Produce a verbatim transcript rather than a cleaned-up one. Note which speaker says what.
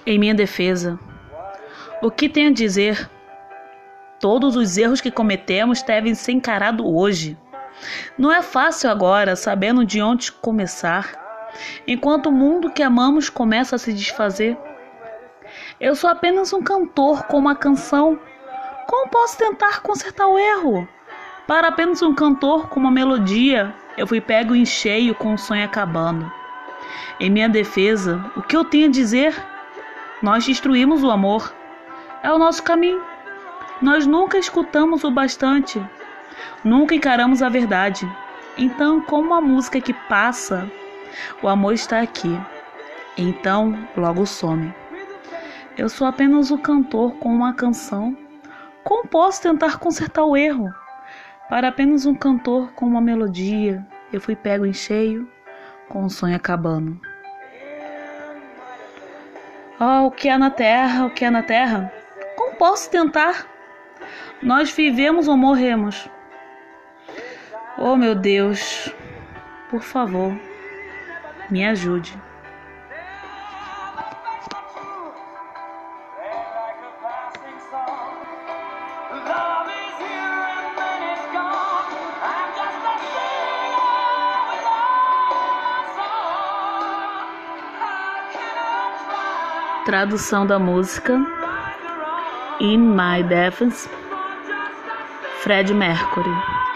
Speaker 1: Em minha defesa, o que tenho a dizer? Todos os erros que cometemos devem ser encarados hoje. Não é fácil agora, sabendo de onde começar, enquanto o mundo que amamos começa a se desfazer. Eu sou apenas um cantor com uma canção. Como posso tentar consertar o erro? Para apenas um cantor com uma melodia, eu fui pego em cheio com o sonho acabando. Em minha defesa, o que eu tenho a dizer? Nós destruímos o amor. É o nosso caminho. Nós nunca escutamos o bastante. Nunca encaramos a verdade. Então, como a música que passa, o amor está aqui. Então, logo some. Eu sou apenas o cantor com uma canção. Como posso tentar consertar o erro? Para apenas um cantor com uma melodia, eu fui pego em cheio, com o sonho acabando. Oh, o que há na terra, o que há na terra? Como posso tentar? Nós vivemos ou morremos? Oh, meu Deus, por favor, me ajude. Tradução da música In My Defense, Freddie Mercury.